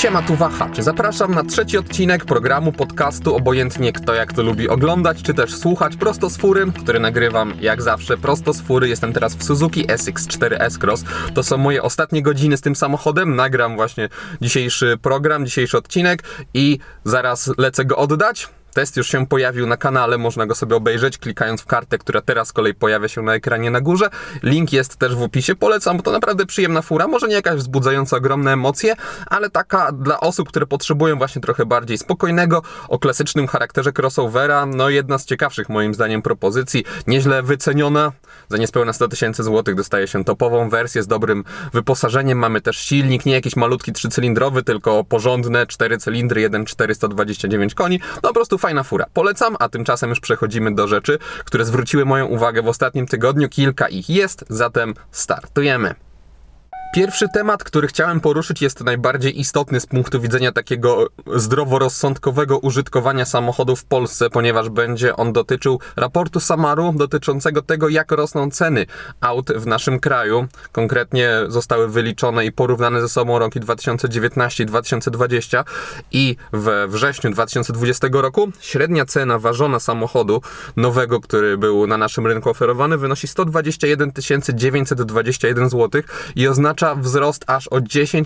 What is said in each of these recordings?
Siema, tu Wahacz. Zapraszam na trzeci odcinek programu podcastu, obojętnie kto jak to lubi oglądać, czy też słuchać, prosto z fury, który nagrywam jak zawsze prosto z fury. Jestem teraz w Suzuki SX4 S-Cross. To są moje ostatnie godziny z tym samochodem. Nagram właśnie dzisiejszy program, dzisiejszy odcinek i zaraz lecę go oddać. Test już się pojawił na kanale, można go sobie obejrzeć klikając w kartę, która teraz z kolei pojawia się na ekranie na górze. Link jest też w opisie, polecam, bo to naprawdę przyjemna fura, może nie jakaś wzbudzająca ogromne emocje, ale taka dla osób, które potrzebują właśnie trochę bardziej spokojnego, o klasycznym charakterze crossovera, no jedna z ciekawszych moim zdaniem propozycji, nieźle wyceniona, za niespełna 100 000 złotych dostaje się topową wersję z dobrym wyposażeniem, mamy też silnik, nie jakiś malutki 3-cylindrowy, tylko porządne 4 cylindry, 1.4, 129 koni, no po prostu fajna fura. Polecam, a tymczasem już przechodzimy do rzeczy, które zwróciły moją uwagę w ostatnim tygodniu. Kilka ich jest, zatem startujemy. Pierwszy temat, który chciałem poruszyć, jest najbardziej istotny z punktu widzenia takiego zdroworozsądkowego użytkowania samochodów w Polsce, ponieważ będzie on dotyczył raportu Samaru dotyczącego tego, jak rosną ceny aut w naszym kraju. Konkretnie zostały wyliczone i porównane ze sobą roki 2019 i 2020 i we wrześniu 2020 roku średnia cena ważona samochodu nowego, który był na naszym rynku oferowany, wynosi 121 921 zł i oznacza wzrost aż o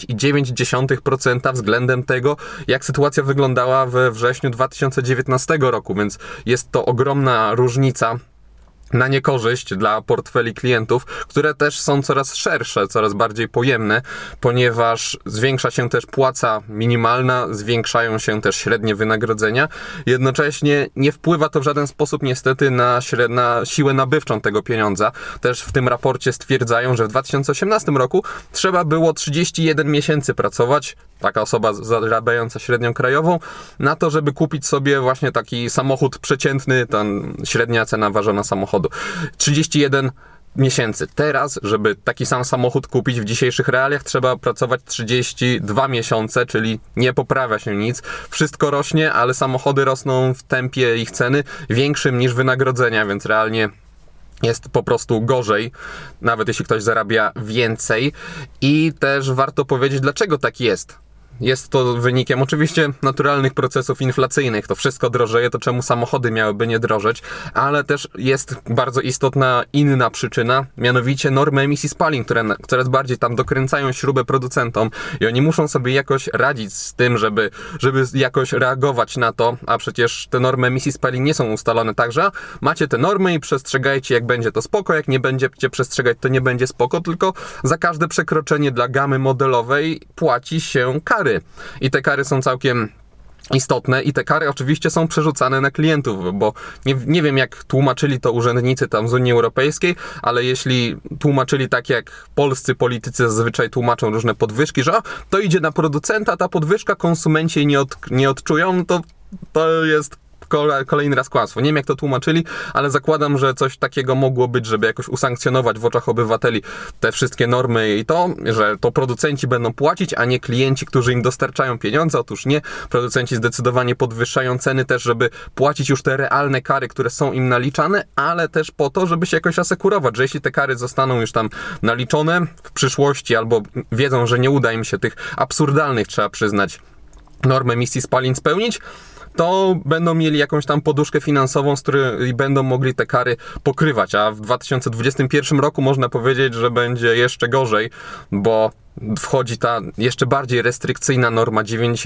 10,9% względem tego, jak sytuacja wyglądała we wrześniu 2019 roku, więc jest to ogromna różnica na niekorzyść dla portfeli klientów, które też są coraz szersze, coraz bardziej pojemne, ponieważ zwiększa się też płaca minimalna, zwiększają się też średnie wynagrodzenia. Jednocześnie nie wpływa to w żaden sposób niestety na siłę nabywczą tego pieniądza. Też w tym raporcie stwierdzają, że w 2018 roku trzeba było 31 miesięcy pracować, taka osoba zarabiająca średnią krajową, na to, żeby kupić sobie właśnie taki samochód przeciętny, ta średnia cena ważona samochodu. 31 miesięcy. Teraz, żeby taki sam samochód kupić w dzisiejszych realiach, trzeba pracować 32 miesiące, czyli nie poprawia się nic. Wszystko rośnie, ale samochody rosną w tempie ich ceny większym niż wynagrodzenia, więc realnie jest po prostu gorzej, nawet jeśli ktoś zarabia więcej. I też warto powiedzieć, dlaczego tak jest. Jest to wynikiem oczywiście naturalnych procesów inflacyjnych. To wszystko drożeje, to czemu samochody miałyby nie drożeć, ale też jest bardzo istotna inna przyczyna, mianowicie normy emisji spalin, które coraz bardziej tam dokręcają śrubę producentom i oni muszą sobie jakoś radzić z tym, żeby jakoś reagować na to, a przecież te normy emisji spalin nie są ustalone tak, że macie te normy i przestrzegajcie, jak będzie to spoko, jak nie będziecie przestrzegać, to nie będzie spoko, tylko za każde przekroczenie dla gamy modelowej płaci się kary. I te kary są całkiem istotne i te kary oczywiście są przerzucane na klientów, bo nie wiem jak tłumaczyli to urzędnicy tam z Unii Europejskiej, ale jeśli tłumaczyli tak jak polscy politycy zazwyczaj tłumaczą różne podwyżki, że to idzie na producenta, ta podwyżka konsumenci jej nie odczują, to jest kolejny raz kłamstwo. Nie wiem jak to tłumaczyli, ale zakładam, że coś takiego mogło być, żeby jakoś usankcjonować w oczach obywateli te wszystkie normy i to, że to producenci będą płacić, a nie klienci, którzy im dostarczają pieniądze. Otóż nie. Producenci zdecydowanie podwyższają ceny też, żeby płacić już te realne kary, które są im naliczane, ale też po to, żeby się jakoś asekurować, że jeśli te kary zostaną już tam naliczone w przyszłości albo wiedzą, że nie uda im się tych absurdalnych, trzeba przyznać, norm emisji spalin spełnić, to będą mieli jakąś tam poduszkę finansową, z której będą mogli te kary pokrywać, a w 2021 roku można powiedzieć, że będzie jeszcze gorzej, bo wchodzi ta jeszcze bardziej restrykcyjna norma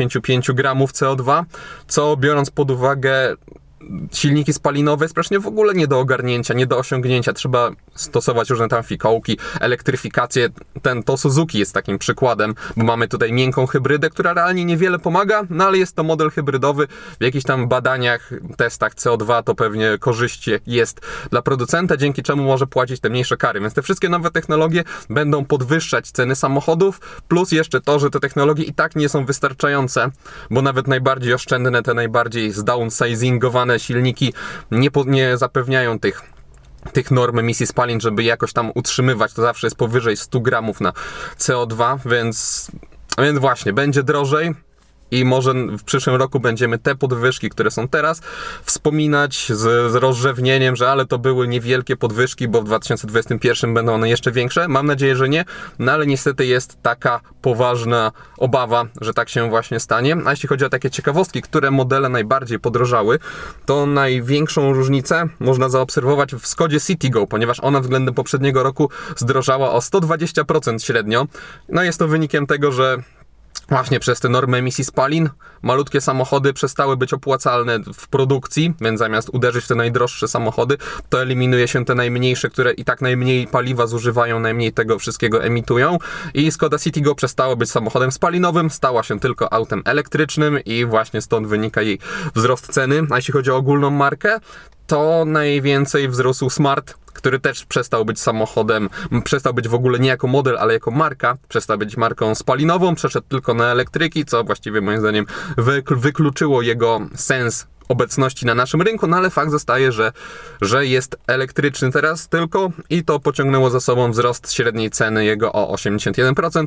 95 gramów CO2, co biorąc pod uwagę silniki spalinowe jest praktycznie w ogóle nie do ogarnięcia, nie do osiągnięcia. Trzeba stosować różne tam fikołki, elektryfikację. To Suzuki jest takim przykładem, bo mamy tutaj miękką hybrydę, która realnie niewiele pomaga, no ale jest to model hybrydowy. W jakichś tam badaniach, testach CO2 to pewnie korzyść jest dla producenta, dzięki czemu może płacić te mniejsze kary. Więc te wszystkie nowe technologie będą podwyższać ceny samochodów, plus jeszcze to, że te technologie i tak nie są wystarczające, bo nawet najbardziej oszczędne, te najbardziej zdownsizingowane silniki nie zapewniają tych norm emisji spalin, żeby jakoś tam utrzymywać, to zawsze jest powyżej 100 gramów na CO2, więc właśnie, będzie drożej. i może w przyszłym roku będziemy te podwyżki, które są teraz, wspominać z rozrzewnieniem, że ale to były niewielkie podwyżki, bo w 2021 będą one jeszcze większe. Mam nadzieję, że nie, no ale niestety jest taka poważna obawa, że tak się właśnie stanie. A jeśli chodzi o takie ciekawostki, które modele najbardziej podrożały, to największą różnicę można zaobserwować w Skodzie Citigo, ponieważ ona względem poprzedniego roku zdrożała o 120% średnio. No jest to wynikiem tego, że właśnie przez te normy emisji spalin malutkie samochody przestały być opłacalne w produkcji, więc zamiast uderzyć w te najdroższe samochody, to eliminuje się te najmniejsze, które i tak najmniej paliwa zużywają, najmniej tego wszystkiego emitują. I Skoda Citigo przestało być samochodem spalinowym, stała się tylko autem elektrycznym i właśnie stąd wynika jej wzrost ceny. A jeśli chodzi o ogólną markę, to najwięcej wzrósł Smart, który też przestał być samochodem, przestał być w ogóle nie jako model, ale jako marka, przestał być marką spalinową, przeszedł tylko na elektryki, co właściwie moim zdaniem wykluczyło jego sens obecności na naszym rynku, no ale fakt zostaje, że jest elektryczny teraz tylko i to pociągnęło za sobą wzrost średniej ceny jego o 81%.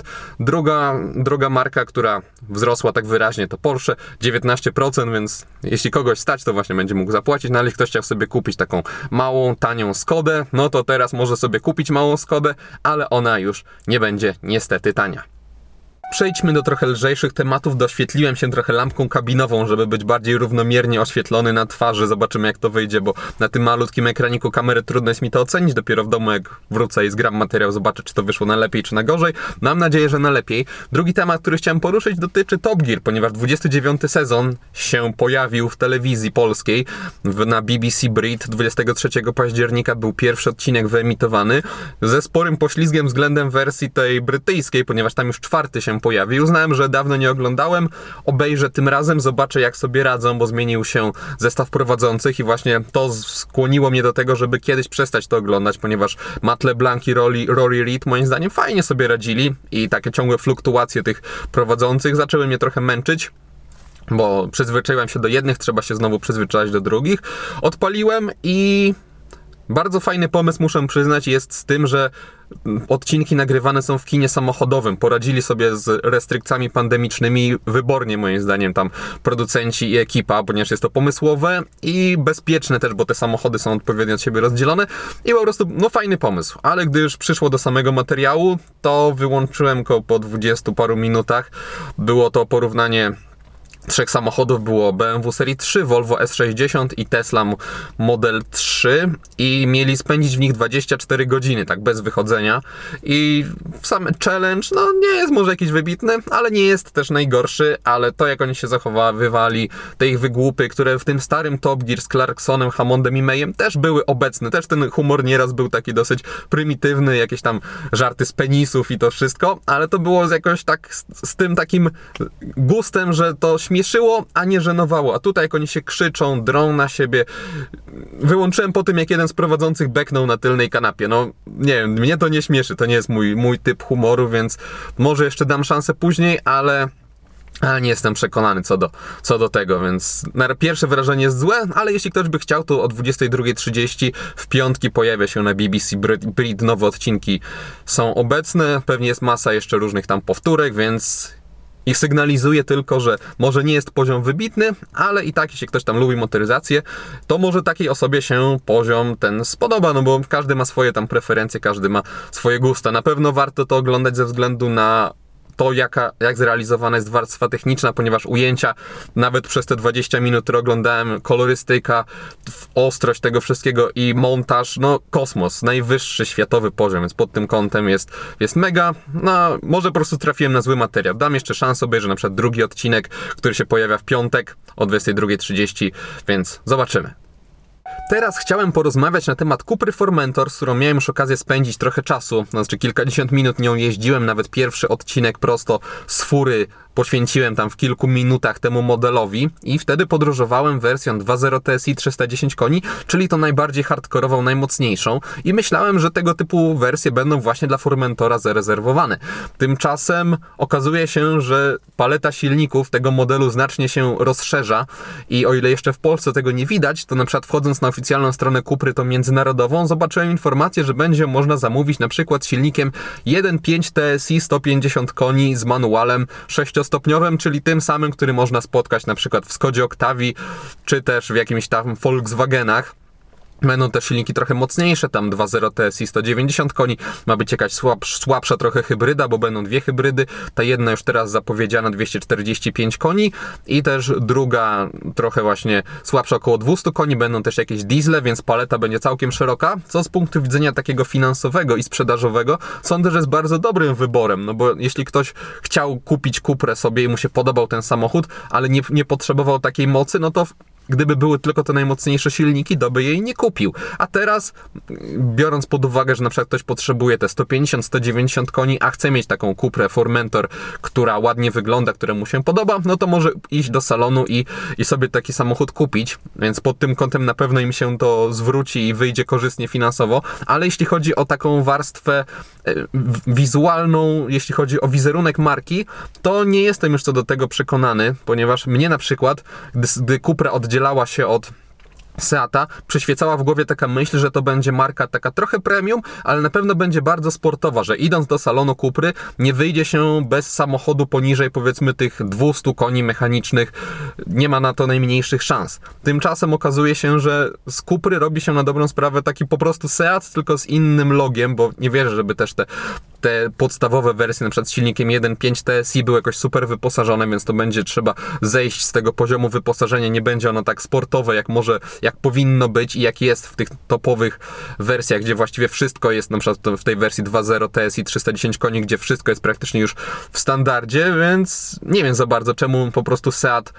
Druga marka, która wzrosła tak wyraźnie, to Porsche, 19%, więc jeśli kogoś stać, to właśnie będzie mógł zapłacić, no ale jeśli ktoś chciał sobie kupić taką małą, tanią Skodę, no to teraz może sobie kupić małą Skodę, ale ona już nie będzie niestety tania. Przejdźmy do trochę lżejszych tematów. Doświetliłem się trochę lampką kabinową, żeby być bardziej równomiernie oświetlony na twarzy. Zobaczymy, jak to wyjdzie, bo na tym malutkim ekraniku kamery trudno jest mi to ocenić. Dopiero w domu, jak wrócę i zgram materiał, zobaczę, czy to wyszło na lepiej, czy na gorzej. Mam nadzieję, że na lepiej. Drugi temat, który chciałem poruszyć, dotyczy Top Gear, ponieważ 29 sezon się pojawił w telewizji polskiej na BBC Brit. 23 października był pierwszy odcinek wyemitowany ze sporym poślizgiem względem wersji tej brytyjskiej, ponieważ tam już czwarty się pojawił. Uznałem, że dawno nie oglądałem. Obejrzę tym razem, zobaczę, jak sobie radzą, bo zmienił się zestaw prowadzących i właśnie to skłoniło mnie do tego, żeby kiedyś przestać to oglądać, ponieważ Matt LeBlanc i Rory Reid moim zdaniem fajnie sobie radzili i takie ciągłe fluktuacje tych prowadzących zaczęły mnie trochę męczyć, bo przyzwyczaiłem się do jednych, trzeba się znowu przyzwyczaić do drugich. Odpaliłem i bardzo fajny pomysł, muszę przyznać, jest z tym, że odcinki nagrywane są w kinie samochodowym. Poradzili sobie z restrykcjami pandemicznymi wybornie, moim zdaniem, tam producenci i ekipa, ponieważ jest to pomysłowe i bezpieczne też, bo te samochody są odpowiednio od siebie rozdzielone i po prostu, no fajny pomysł. Ale gdy już przyszło do samego materiału, to wyłączyłem go po 20 paru minutach. Było to porównanie trzech samochodów, było BMW serii 3, Volvo S60 i Tesla Model 3 i mieli spędzić w nich 24 godziny, tak bez wychodzenia i sam challenge, no nie jest może jakiś wybitny, ale nie jest też najgorszy, ale to jak oni się zachowywali, te ich wygłupy, które w tym starym Top Gear z Clarksonem, Hammondem i Mayem też były obecne, też ten humor nieraz był taki dosyć prymitywny, jakieś tam żarty z penisów i to wszystko, ale to było jakoś tak z tym takim gustem, że to śmieszyło, a nie żenowało. A tutaj jak oni się krzyczą, drą na siebie. Wyłączyłem po tym, jak jeden z prowadzących beknął na tylnej kanapie. No, nie wiem, mnie to nie śmieszy, to nie jest mój typ humoru, więc może jeszcze dam szansę później, ale nie jestem przekonany co do tego, więc pierwsze wrażenie jest złe, ale jeśli ktoś by chciał, to o 22:30 w piątki pojawia się na BBC Brit, nowe odcinki są obecne, pewnie jest masa jeszcze różnych tam powtórek, więc i sygnalizuje tylko, że może nie jest poziom wybitny, ale i tak, jeśli ktoś tam lubi motoryzację, to może takiej osobie się poziom ten spodoba, no bo każdy ma swoje tam preferencje, każdy ma swoje gusta. Na pewno warto to oglądać ze względu na to, jak zrealizowana jest warstwa techniczna, ponieważ ujęcia, nawet przez te 20 minut, które oglądałem, kolorystyka, ostrość tego wszystkiego i montaż, no kosmos, najwyższy światowy poziom, więc pod tym kątem jest mega. No, może po prostu trafiłem na zły materiał. Dam jeszcze szansę, obejrzę na przykład drugi odcinek, który się pojawia w piątek o 22:30, więc zobaczymy. Teraz chciałem porozmawiać na temat Cupry Formentor, z którą miałem już okazję spędzić trochę czasu, znaczy kilkadziesiąt minut nią jeździłem, nawet pierwszy odcinek prosto z fury poświęciłem tam w kilku minutach temu modelowi i wtedy podróżowałem wersją 2.0 TSI 310 koni, czyli tą najbardziej hardkorową, najmocniejszą i myślałem, że tego typu wersje będą właśnie dla Formentora zarezerwowane. Tymczasem okazuje się, że paleta silników tego modelu znacznie się rozszerza i o ile jeszcze w Polsce tego nie widać, to na przykład wchodząc na oficjalną stronę Cupry, tą międzynarodową, zobaczyłem informację, że będzie można zamówić na przykład silnikiem 1.5 TSI 150 koni z manualem 6 6-stopniowym, czyli tym samym, który można spotkać na przykład w Skodzie Octavii, czy też w jakimś tam Volkswagenach. Będą też silniki trochę mocniejsze, tam 2.0 TSI 190 koni, ma być jakaś słabsza trochę hybryda, bo będą dwie hybrydy, ta jedna już teraz zapowiedziana 245 koni i też druga trochę właśnie słabsza, około 200 koni, będą też jakieś diesle, więc paleta będzie całkiem szeroka, co z punktu widzenia takiego finansowego i sprzedażowego sądzę, że jest bardzo dobrym wyborem, no bo jeśli ktoś chciał kupić Cuprę sobie i mu się podobał ten samochód, ale nie potrzebował takiej mocy, no to gdyby były tylko te najmocniejsze silniki, to by jej nie kupił. A teraz, biorąc pod uwagę, że na przykład ktoś potrzebuje te 150-190 koni, a chce mieć taką Cuprę Formentor, która ładnie wygląda, która mu się podoba, no to może iść do salonu i sobie taki samochód kupić. Więc pod tym kątem na pewno im się to zwróci i wyjdzie korzystnie finansowo. Ale jeśli chodzi o taką warstwę wizualną, jeśli chodzi o wizerunek marki, to nie jestem już co do tego przekonany, ponieważ mnie na przykład, gdy Cupra oddzielała się od Seata, przyświecała w głowie taka myśl, że to będzie marka taka trochę premium, ale na pewno będzie bardzo sportowa, że idąc do salonu Cupry nie wyjdzie się bez samochodu poniżej powiedzmy tych 200 koni mechanicznych, nie ma na to najmniejszych szans. Tymczasem okazuje się, że z Cupry robi się na dobrą sprawę taki po prostu Seat, tylko z innym logiem, bo nie wierzę, żeby też te podstawowe wersje, na przykład z silnikiem 1.5 TSI były jakoś super wyposażone, więc to będzie trzeba zejść z tego poziomu wyposażenia, nie będzie ono tak sportowe, jak powinno być i jak jest w tych topowych wersjach, gdzie właściwie wszystko jest, na przykład w tej wersji 2.0 TSI 310 koni, gdzie wszystko jest praktycznie już w standardzie, więc nie wiem za bardzo, czemu po prostu Seat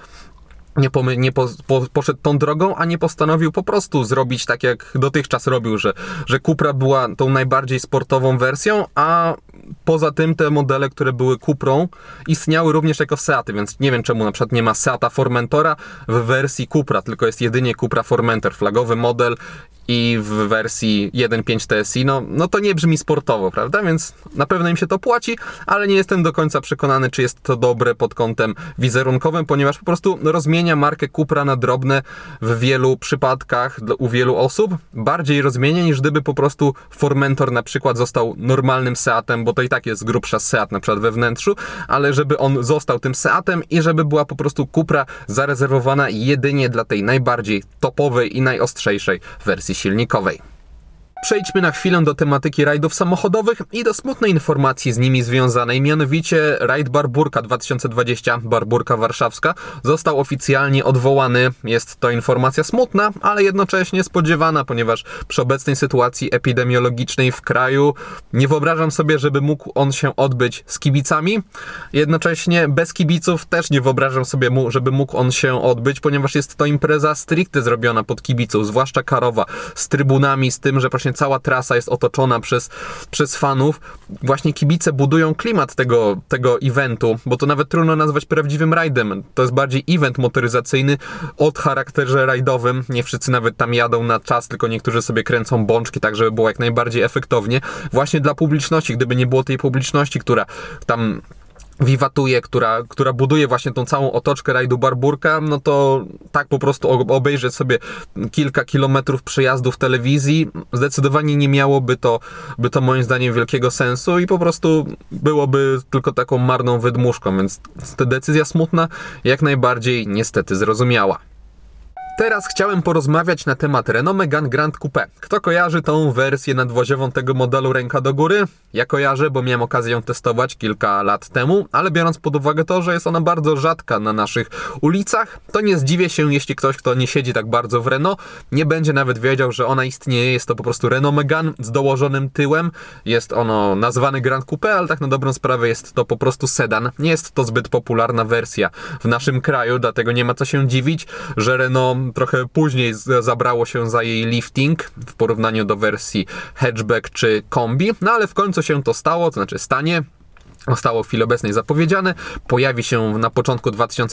poszedł tą drogą, a nie postanowił po prostu zrobić tak, jak dotychczas robił, że Cupra była tą najbardziej sportową wersją, a poza tym te modele, które były Cuprą, istniały również jako Seaty, więc nie wiem czemu na przykład nie ma Seata Formentora w wersji Cupra, tylko jest jedynie Cupra Formentor, flagowy model i w wersji 1.5 TSI, no to nie brzmi sportowo, prawda? Więc na pewno im się to płaci, ale nie jestem do końca przekonany, czy jest to dobre pod kątem wizerunkowym, ponieważ po prostu rozmienia markę Cupra na drobne w wielu przypadkach u wielu osób. Bardziej rozmienia, niż gdyby po prostu Formentor na przykład został normalnym Seatem, bo to i tak jest grubsza Seat na przykład we wnętrzu, ale żeby on został tym Seatem i żeby była po prostu Cupra zarezerwowana jedynie dla tej najbardziej topowej i najostrzejszej wersji silnikowej. Przejdźmy na chwilę do tematyki rajdów samochodowych i do smutnej informacji z nimi związanej, mianowicie rajd Barburka 2020, Barburka Warszawska, został oficjalnie odwołany. Jest to informacja smutna, ale jednocześnie spodziewana, ponieważ przy obecnej sytuacji epidemiologicznej w kraju nie wyobrażam sobie, żeby mógł on się odbyć z kibicami. Jednocześnie bez kibiców też nie wyobrażam sobie, żeby mógł on się odbyć, ponieważ jest to impreza stricte zrobiona pod kibiców, zwłaszcza Karowa, z trybunami, z tym, że właśnie cała trasa jest otoczona przez fanów. Właśnie kibice budują klimat tego eventu, bo to nawet trudno nazwać prawdziwym rajdem. To jest bardziej event motoryzacyjny o charakterze rajdowym. Nie wszyscy nawet tam jadą na czas, tylko niektórzy sobie kręcą bączki, tak żeby było jak najbardziej efektownie. Właśnie dla publiczności. Gdyby nie było tej publiczności, która tam wiwatuje, która buduje właśnie tą całą otoczkę rajdu Barburka, no to tak po prostu obejrzeć sobie kilka kilometrów przejazdu w telewizji, zdecydowanie nie miałoby to moim zdaniem wielkiego sensu i po prostu byłoby tylko taką marną wydmuszką, więc ta decyzja smutna, jak najbardziej niestety zrozumiała. Teraz chciałem porozmawiać na temat Renault Megane Grand Coupé. Kto kojarzy tą wersję nadwoziową tego modelu ręka do góry? Ja kojarzę, bo miałem okazję ją testować kilka lat temu, ale biorąc pod uwagę to, że jest ona bardzo rzadka na naszych ulicach, to nie zdziwię się, jeśli ktoś, kto nie siedzi tak bardzo w Renault, nie będzie nawet wiedział, że ona istnieje. Jest to po prostu Renault Megane z dołożonym tyłem. Jest ono nazwane Grand Coupé, ale tak na dobrą sprawę jest to po prostu sedan. Nie jest to zbyt popularna wersja w naszym kraju, dlatego nie ma co się dziwić, że Renault trochę później zabrało się za jej lifting w porównaniu do wersji hatchback czy kombi, no ale w końcu się to stało, to znaczy stanie. Zostało w chwili obecnej zapowiedziane, pojawi się na początku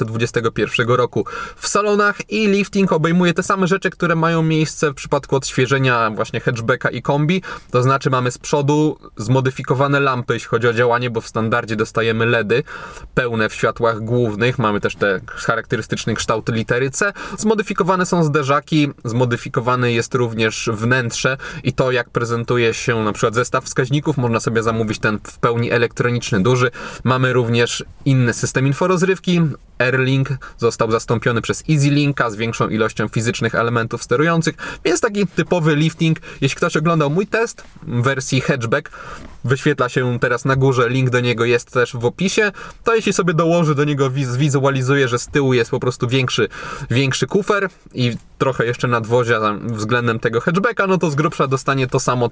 2021 roku w salonach i lifting obejmuje te same rzeczy, które mają miejsce w przypadku odświeżenia właśnie hatchbacka i kombi, to znaczy mamy z przodu zmodyfikowane lampy, jeśli chodzi o działanie, bo w standardzie dostajemy LEDy pełne w światłach głównych, mamy też te charakterystyczny kształt litery C, zmodyfikowane są zderzaki, zmodyfikowane jest również wnętrze i to, jak prezentuje się na przykład zestaw wskaźników, można sobie zamówić ten w pełni elektroniczny dostępny duży. Mamy również inny system inforozrywki. Airlink został zastąpiony przez EasyLinka z większą ilością fizycznych elementów sterujących, więc taki typowy lifting. Jeśli ktoś oglądał mój test w wersji hatchback, wyświetla się teraz na górze, link do niego jest też w opisie, to jeśli sobie dołoży do niego, zwizualizuje, że z tyłu jest po prostu większy kufer i trochę jeszcze nadwozia względem tego hatchbacka, no to z grubsza dostanie to samo,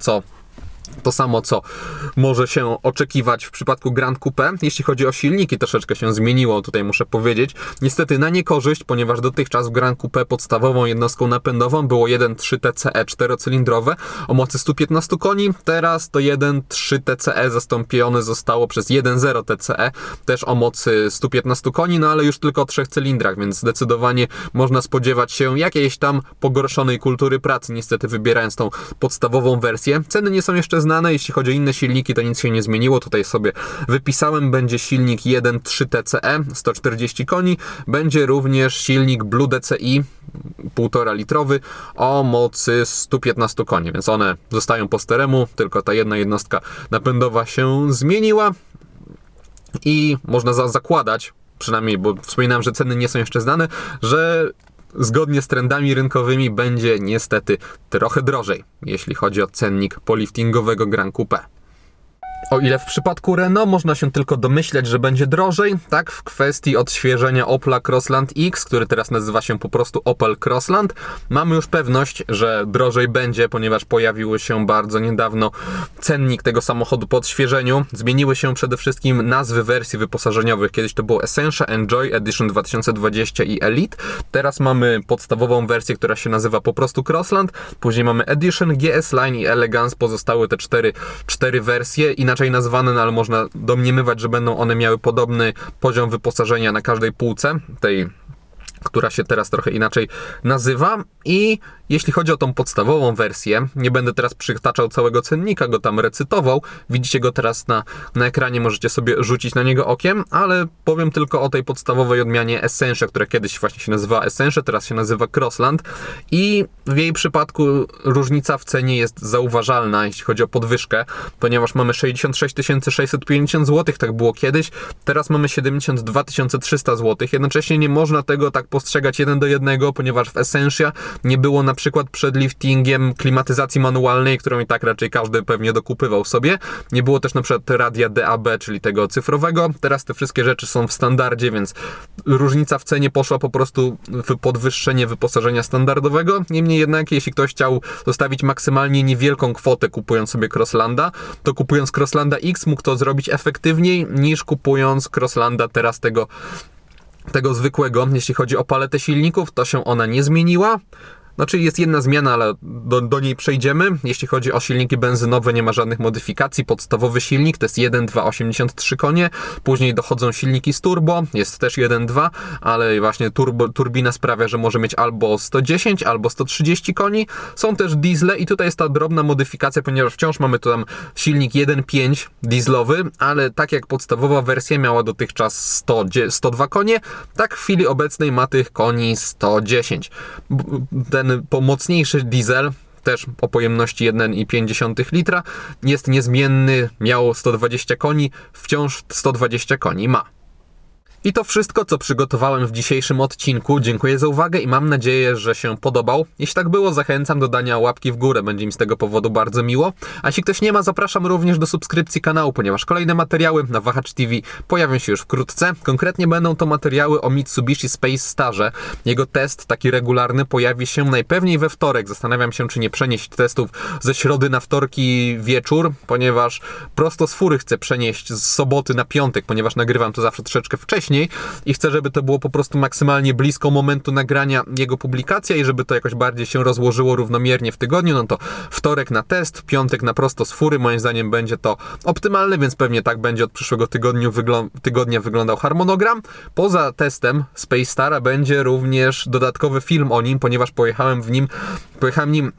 co może się oczekiwać w przypadku Grand Coupe. Jeśli chodzi o silniki, troszeczkę się zmieniło, tutaj muszę powiedzieć. Niestety na niekorzyść, ponieważ dotychczas w Grand Coupe podstawową jednostką napędową było 1.3 TCE 4-cylindrowe o mocy 115 koni. Teraz to 1.3 TCE zastąpione zostało przez 1.0 TCE, też o mocy 115 koni, no ale już tylko o 3 cylindrach, więc zdecydowanie można spodziewać się jakiejś tam pogorszonej kultury pracy, niestety wybierając tą podstawową wersję. Ceny nie są jeszcze znane, jeśli chodzi o inne silniki, to nic się nie zmieniło. Tutaj sobie wypisałem, będzie silnik 1.3 TCE, 140 koni, będzie również silnik Blue DCI 1,5 litrowy o mocy 115 koni, więc one zostają po staremu, tylko ta jedna jednostka napędowa się zmieniła i można zakładać, przynajmniej, bo wspominałem, że ceny nie są jeszcze znane, że zgodnie z trendami rynkowymi będzie niestety trochę drożej, jeśli chodzi o cennik poliftingowego Grand Coupe. O ile w przypadku Renault można się tylko domyśleć, że będzie drożej, tak w kwestii odświeżenia Opla Crossland X, który teraz nazywa się po prostu Opel Crossland, mamy już pewność, że drożej będzie, ponieważ pojawiły się bardzo niedawno cennik tego samochodu po odświeżeniu. Zmieniły się przede wszystkim nazwy wersji wyposażeniowych. Kiedyś to było Essential, Enjoy Edition 2020 i Elite. Teraz mamy podstawową wersję, która się nazywa po prostu Crossland. Później mamy Edition, GS Line i Elegance. Pozostały te cztery wersje, inaczej nazwane, no ale można domniemywać, że będą one miały podobny poziom wyposażenia na każdej półce, tej, która się teraz trochę inaczej nazywa. I jeśli chodzi o tą podstawową wersję, nie będę teraz przytaczał całego cennika, go tam recytował, widzicie go teraz na ekranie, możecie sobie rzucić na niego okiem, ale powiem tylko o tej podstawowej odmianie Essential, która kiedyś właśnie się nazywała Essential, teraz się nazywa Crossland i w jej przypadku różnica w cenie jest zauważalna, jeśli chodzi o podwyżkę, ponieważ mamy 66 650 zł, tak było kiedyś, teraz mamy 72 300 zł, jednocześnie nie można tego tak postrzegać 1 do 1, ponieważ w Essential nie było na przykład przed liftingiem klimatyzacji manualnej, którą i tak raczej każdy pewnie dokupywał sobie. Nie było też na przykład radia DAB, czyli tego cyfrowego. Teraz te wszystkie rzeczy są w standardzie, więc różnica w cenie poszła po prostu w podwyższenie wyposażenia standardowego. Niemniej jednak, jeśli ktoś chciał zostawić maksymalnie niewielką kwotę kupując sobie Crosslanda, to kupując Crosslanda X mógł to zrobić efektywniej niż kupując Crosslanda teraz tego zwykłego. Jeśli chodzi o paletę silników, to się ona nie zmieniła. Znaczy jest jedna zmiana, ale do niej przejdziemy. Jeśli chodzi o silniki benzynowe, nie ma żadnych modyfikacji. Podstawowy silnik to jest 1.2 83 konie. Później dochodzą silniki z turbo. Jest też 1.2, ale właśnie turbina sprawia, że może mieć albo 110, albo 130 koni. Są też diesle i tutaj jest ta drobna modyfikacja, ponieważ wciąż mamy tu tam silnik 1.5 dieslowy, ale tak jak podstawowa wersja miała dotychczas 102 konie, tak w chwili obecnej ma tych koni 110. Ten mocniejszy diesel, też o pojemności 1,5 litra, jest niezmienny, miał 120 koni, wciąż 120 koni ma. I to wszystko, co przygotowałem w dzisiejszym odcinku. Dziękuję za uwagę i mam nadzieję, że się podobał. Jeśli tak było, zachęcam do dania łapki w górę, będzie mi z tego powodu bardzo miło. A jeśli ktoś nie ma, zapraszam również do subskrypcji kanału, ponieważ kolejne materiały na Wahacz TV pojawią się już wkrótce. Konkretnie będą to materiały o Mitsubishi Space Starze. Jego test, taki regularny, pojawi się najpewniej we wtorek. Zastanawiam się, czy nie przenieść testów ze środy na wtorki wieczór, ponieważ prosto z fury chcę przenieść z soboty na piątek, ponieważ nagrywam to zawsze troszeczkę wcześniej i chcę, żeby to było po prostu maksymalnie blisko momentu nagrania jego publikacja i żeby to jakoś bardziej się rozłożyło równomiernie w tygodniu. No to wtorek na test, piątek na prosto z fury. Moim zdaniem będzie to optymalne, więc pewnie tak będzie od przyszłego tygodnia wyglądał harmonogram. Poza testem Space Stara będzie również dodatkowy film o nim, ponieważ pojechałem nim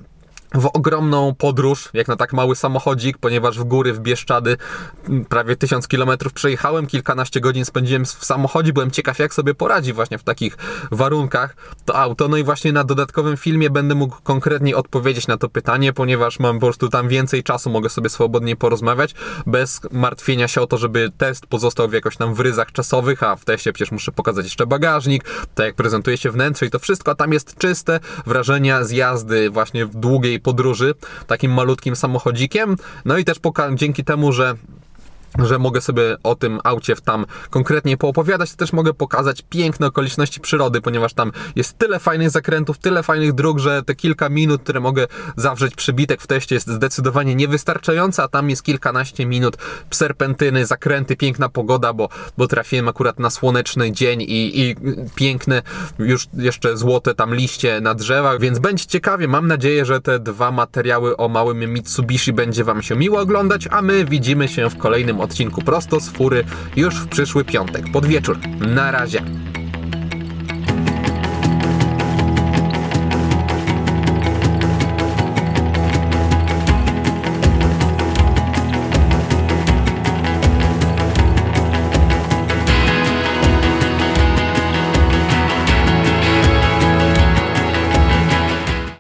w ogromną podróż, jak na tak mały samochodzik, ponieważ w góry, w Bieszczady prawie 1000 km przejechałem, kilkanaście godzin spędziłem w samochodzie, byłem ciekaw, jak sobie poradzi właśnie w takich warunkach to auto. No i właśnie na dodatkowym filmie będę mógł konkretnie odpowiedzieć na to pytanie, ponieważ mam po prostu tam więcej czasu, mogę sobie swobodnie porozmawiać, bez martwienia się o to, żeby test pozostał w jakoś tam w ryzach czasowych, a w teście przecież muszę pokazać jeszcze bagażnik, tak jak prezentuje się wnętrze i to wszystko, a tam jest czyste wrażenia z jazdy właśnie w długiej podróży takim malutkim samochodzikiem. No i też dzięki temu, że mogę sobie o tym aucie tam konkretnie poopowiadać, to też mogę pokazać piękne okoliczności przyrody, ponieważ tam jest tyle fajnych zakrętów, tyle fajnych dróg, że te kilka minut, które mogę zawrzeć przybitek w teście, jest zdecydowanie niewystarczające, a tam jest kilkanaście minut serpentyny, zakręty, piękna pogoda, bo trafiłem akurat na słoneczny dzień i piękne, już jeszcze złote tam liście na drzewach, więc będzie ciekawie. Mam nadzieję, że te dwa materiały o małym Mitsubishi będzie Wam się miło oglądać, a my widzimy się w kolejnym odcinku prosto z fury już w przyszły piątek pod wieczór. Na razie.